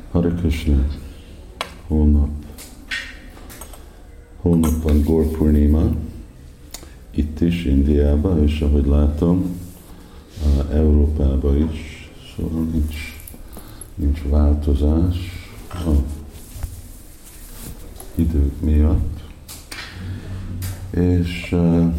Hare Krishna, holnap van Gaur Purnima, itt is, Indiában, és ahogy látom, Európában is, szóval nincs változás a idők miatt. És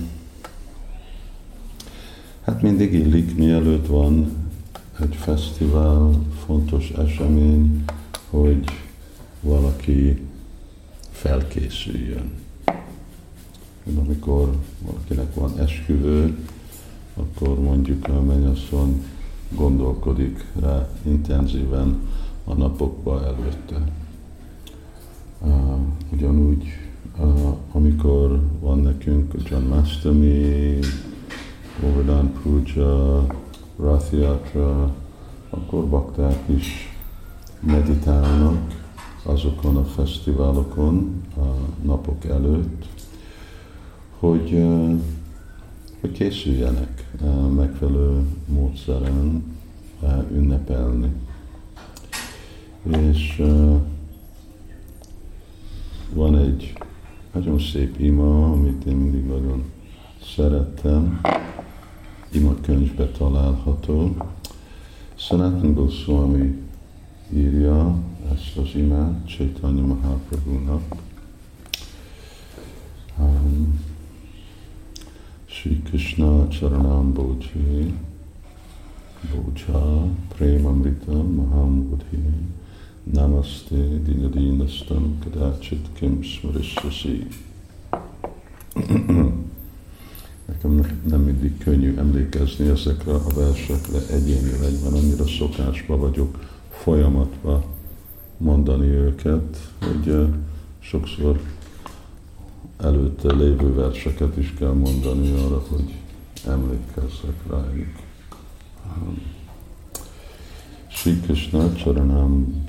hát mindig illik, mielőtt van egy fesztivál, fontos esemény, hogy valaki felkészüljön. Amikor valakinek van esküvő, akkor mondjuk a mennyasszony gondolkodik rá intenzíven a napokba előtte. Ugyanúgy, amikor van nekünk Janmashtami, Govardhan Puja, Rath Yatra, akkor bakták is meditálnak azokon a fesztiválokon a napok előtt, hogy készüljenek megfelelő módszeren ünnepelni. És van egy nagyon szép ima, amit én mindig nagyon szerettem, ima könyvbe található. Sanatana Goswami írja ezt az imát Chaitanya Mahaprabhunak. Sri Krishna Charanam Bhoji Bhoja Premamrita Mahamudhi Namaste Dinadinastam Kadachit Kim Smarishyasi. Nekem nem mindig könnyű emlékezni ezekre a versekre egyénileg, mert annyira szokásba vagyok folyamatban mondani őket, hogy sokszor előtte lévő verseket is kell mondani arra, hogy emlékezzek rájuk. Sri Krishna Charanam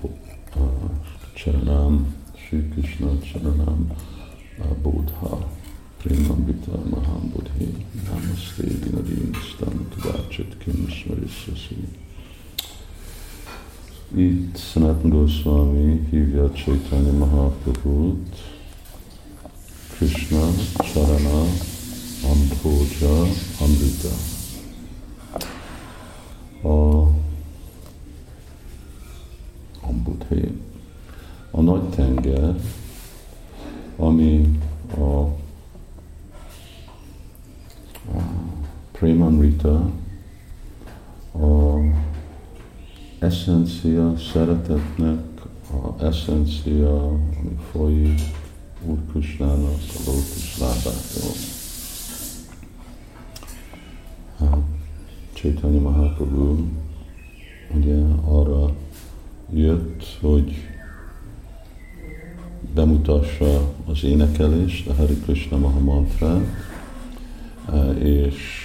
Sri Krishna Charanam Bodha Premamrita Mahambuddhi Namaste Dinadinastam Kadachit Kim Smarishyasi. Itt Sanatana Goswami hívja Chaitanya Mahaprabhut Krishna Charana Ambhoja Amrita. Ambudhe, a nagy tenger, ami a Premamrita, a essencia szeretetnek, a essencia, ami folyik Úr Krisnának a lótuszlábától. Chaitanya Mahaprabhu ugye arra jött, hogy bemutassa az énekelést, a Hare Krishna Maha mantrát, és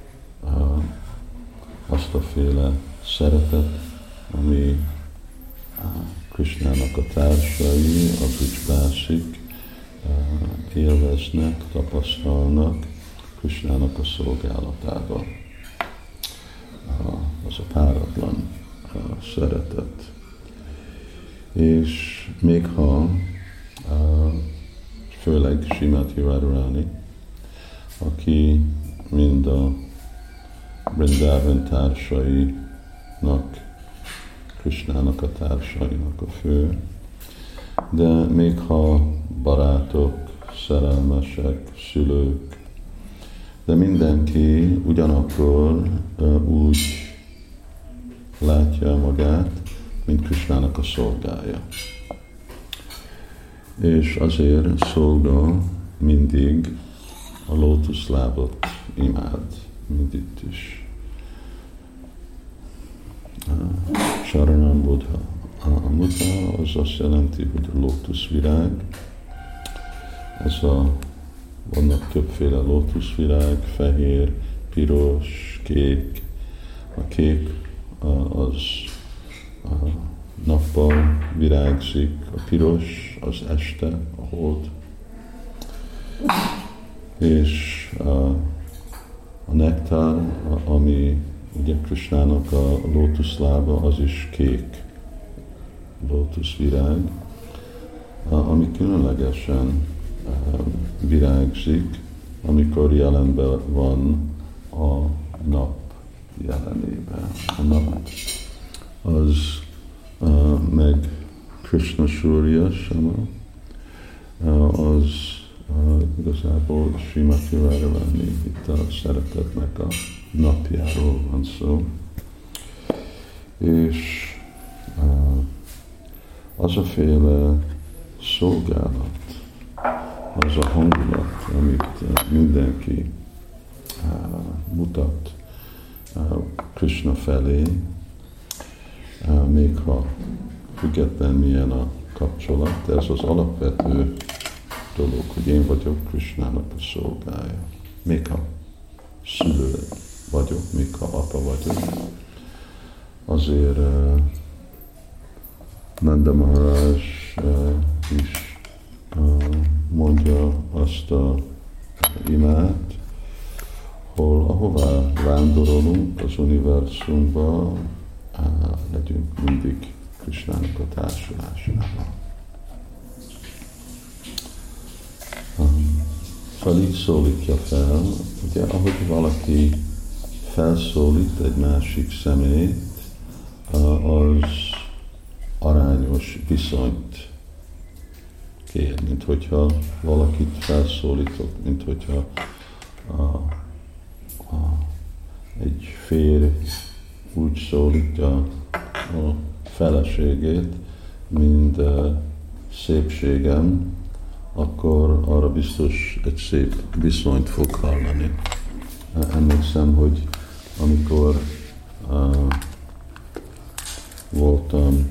azt a féle szeretet, ami Krishnának a társai, a Brijbásik élveznek, tapasztalnak Krishnának a szolgálatában. Az a páratlan szeretet. És még ha főleg Srimati Radharani, aki mind a Vrindavan társainak, Krishnának a társainak a fő, de még ha barátok, szerelmesek, szülők, de mindenki ugyanakkor úgy látja magát, mint Krishnának a szolgája. És azért szolga mindig a lótuszlábat imád, mint itt is. Saranam Buddha. A Buddha az azt jelenti, hogy a lótuszvirág. Vannak többféle lótuszvirág, fehér, piros, kék. A kék az nappal virágzik, a piros az este, a hold. És a nektár, ami ugye Krishnának a lótuszlába, az is kék lótuszvirág, ami különlegesen virágzik, amikor jelenben van a nap jelenében. A nap az meg Krishna Surya Sama, az igazából Srimati Radharani, itt a szeretetnek a napjáról van szó. És az a féle szolgálat, az a hangulat, amit mindenki mutat Krishna felé, még ha független milyen a kapcsolat, ez az alapvető dolog, hogy én vagyok Krishnának a szolgája. Még ha szülő vagyok, még ha apa vagyok, azért Nanda Maharaj is mondja azt a imát, ahová vándorolunk az univerzumba, legyünk mindig Krishnának a társulásában. Szóval így szólítja fel, ugye, ahogy valaki felszólít egy másik személyt, az arányos viszonyt kér, mint hogyha valakit felszólítok, mint hogyha egy férj úgy szólítja a feleségét, mint szépségem, akkor arra biztos egy szép viszonyt fog hallani. Emlékszem, hogy amikor voltam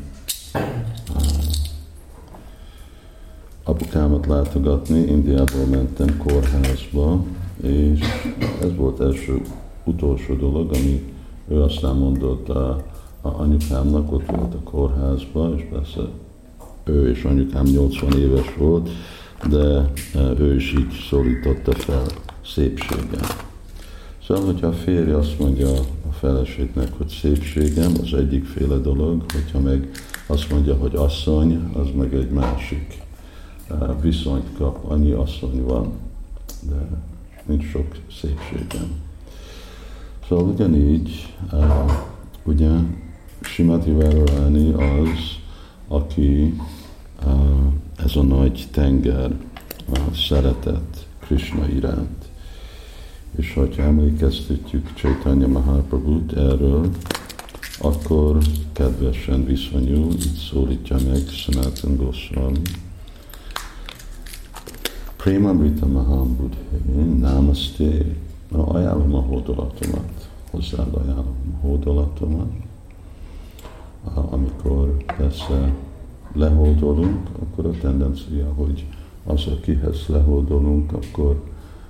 apukámat látogatni, Indiából mentem kórházba, és ez volt utolsó dolog, ami ő aztán mondott a anyukámnak, ott volt a kórházba, és persze ő és anyukám 80 éves volt, de ő is így szólította fel szépségem. Szóval, hogyha a férj azt mondja a feleségnek, hogy szépségem, az egyikféle dolog, hogyha meg azt mondja, hogy asszony, az meg egy másik viszonyt kap. Annyi asszony van, de nincs sok szépségem. Szóval ugyanígy, ugye Srimati Radharani az, aki ez a nagy tenger, a szeretet Krishna iránt. És ha emlékeztetjük Chaitanya Mahaprabhut erről, akkor kedvesen viszonyul, így szólítja meg Sanatana Goswami. Premamrita Mahambuddhe, Namaste, ajánlom a hódolatomat, hozzád ajánlom a hódolatomat. Amikor persze lehódolunk, akkor a tendencia, hogy az, akihez lehódolunk, akkor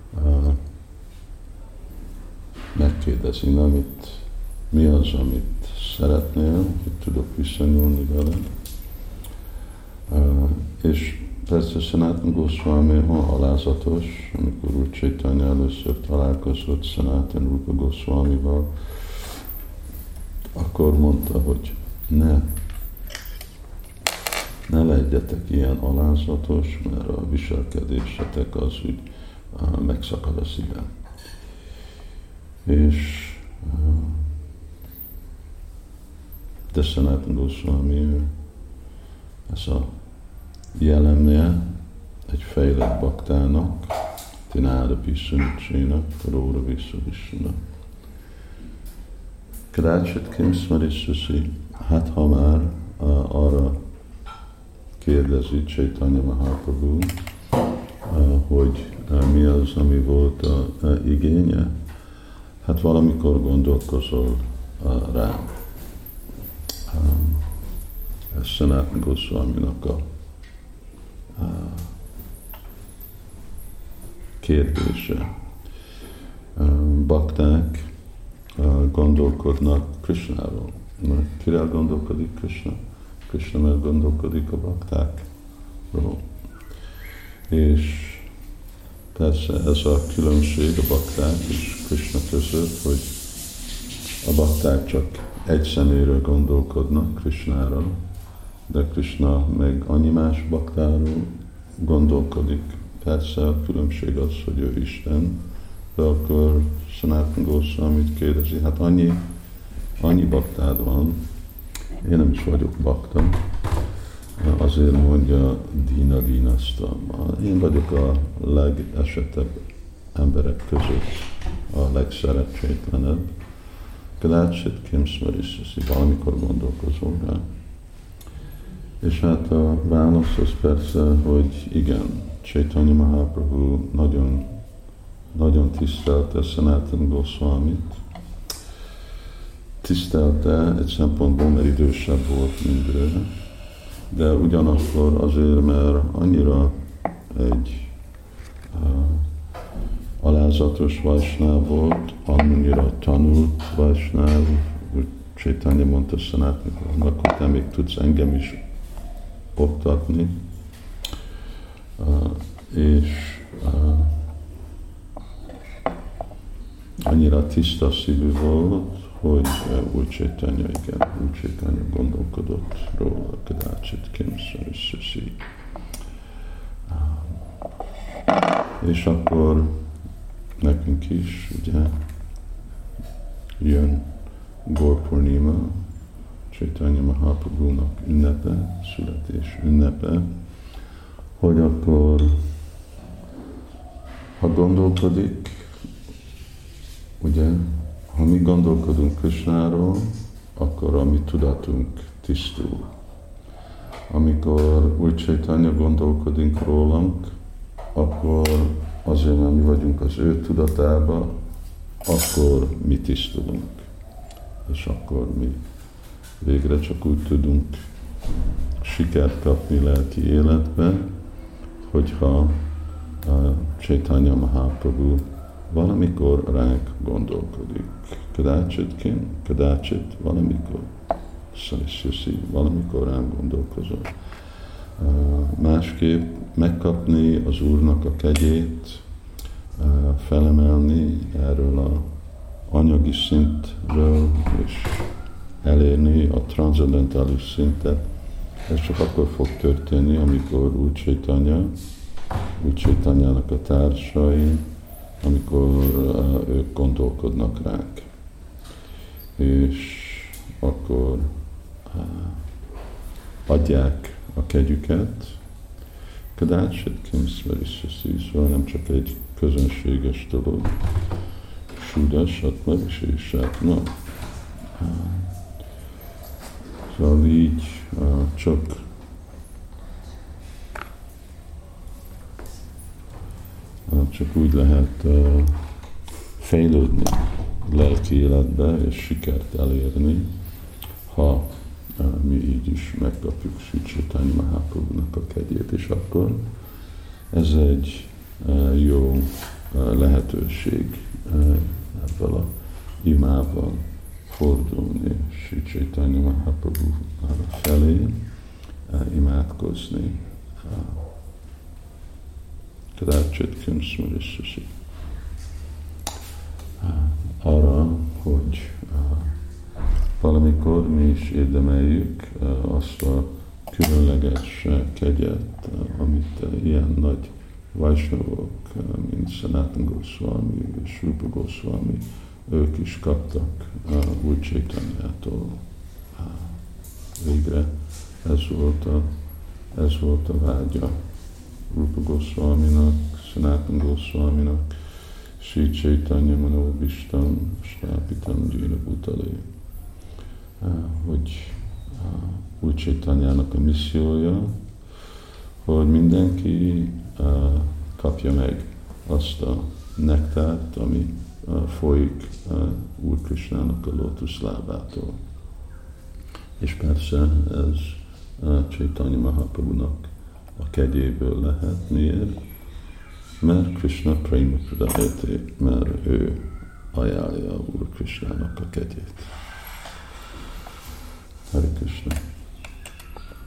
megkérdezi, mi az, amit szeretnél, hogy tudok viszonyulni vele. És persze Sanatana Goswami alázatos, amikor Úr Chaitanya először találkozott Sanatana Rupa Goswamival, akkor mondta, hogy ne legyetek ilyen alázatos, mert a viselkedésetek az úgy megszakad a szívem. És de Sanatana Goswami ez a jelenje egy fejlett baktának, Tináda Pisanicsénak, Karóra Visszavissunak. Kadácsit Kimszmarissusi, hát ha már arra kérdezi Chaitanya Mahaprabhu, hogy mi az, ami volt a igénye, hát valamikor gondolkozol rám. Ez Sanatana Goswaminak a kérdése. Bakták gondolkodnak Krishnáról. Kiről gondolkodik Krishna? Krishna meg gondolkodik a baktákról. És persze ez a különbség a bakták és Krishna között, hogy a bakták csak egy személyről gondolkodnak, Krishnára, de Krishna meg annyi más baktáról gondolkodik. Persze a különbség az, hogy ő Isten, de akkor Sanatana Goswamit kérdezi, hát annyi baktád van, én nem is vagyok bakta, azért mondja Dina Dinasta. Én vagyok a legesetebb emberek között, a legszerencsétlenebb. Kadácsit Kimszmeriszeszi, valamikor gondolkozol rá. És hát a válasz az persze, hogy igen, Chaitanya Mahaprabhu nagyon, nagyon tisztelte Sanatana Goswamit. Tisztelte egy szempontból, mert idősebb volt, mint ő, de ugyanakkor azért, mert annyira egy alázatos vajsnáv volt, annyira tanult vajsnáv, hogy Chaitanya mondta Sanatana, hogy te még tudsz engem is oktatni, és annyira tiszta szívű volt, hogy Úr Chaitanya gondolkodott róla, Kadácsit Kimszmeriszeszi. És akkor nekünk is, ugye, jön Gaur Purnima, Chaitanya Mahaprabhunak ünnepe, születés ünnepe, hogy akkor, ha gondolkodik, ugye, ha mi gondolkodunk Krishnáról, akkor a mi tudatunk tisztul. Amikor Úr Chaitanya gondolkodik rólunk, akkor azért, mert mi vagyunk az ő tudatába, akkor mi tisztulunk. És akkor mi végre csak úgy tudunk sikert kapni lelki életben, hogyha Chaitanya Mahaprabhu valamikor ránk gondolkodik. Kadácsit, valamikor. Szaliszuszi, valamikor ránk gondolkozol. Másképp megkapni az Úrnak a kegyét, felemelni erről a anyagi szintről, és elérni a transzendentális szintet. Ez csak akkor fog történni, amikor Úr Chaitanyának a társai, amikor ők gondolkodnak ránk. És akkor adják a kegyüket, Kadácsit Kimszmeriszeszi, szóval nem csak egy közönséges dolog, Súdásat meg is na. Szóval így csak úgy lehet fejlődni lelki életbe és sikert elérni, ha mi így is megkapjuk Sri Chaitanya Mahaprabhunak a kegyét, és akkor ez egy jó lehetőség ebből a imával fordulni Sri Chaitanya Mahaprabhu felé, imádkozni. Kadácsit Kimszmeriszeszi. Arra, hogy valamikor mi is érdemeljük azt a különleges kegyet, amit ilyen nagy vajsnavok, mint Sanatana Goswami és Rupa Goswami, ők is kaptak Úr Chaitanyától. Végre ez volt a vágya Rupa Goswaminak, Sanatana Goswaminak, Sri Chaitanya Manobishtam, Stápitam Jina Bhutale, hogy Úr Chaitanyának a missziója, hogy mindenki kapja meg azt a nektárt, ami folyik Úr Krishnának a lótuszlábától. És persze ez Chaitanya Mahaprabhunak a kegyéből lehet. Miért? Mert Krishna Prema Pradayate, mert ő ajánlja Úr Krishnának a kegyét. Hare Krishna.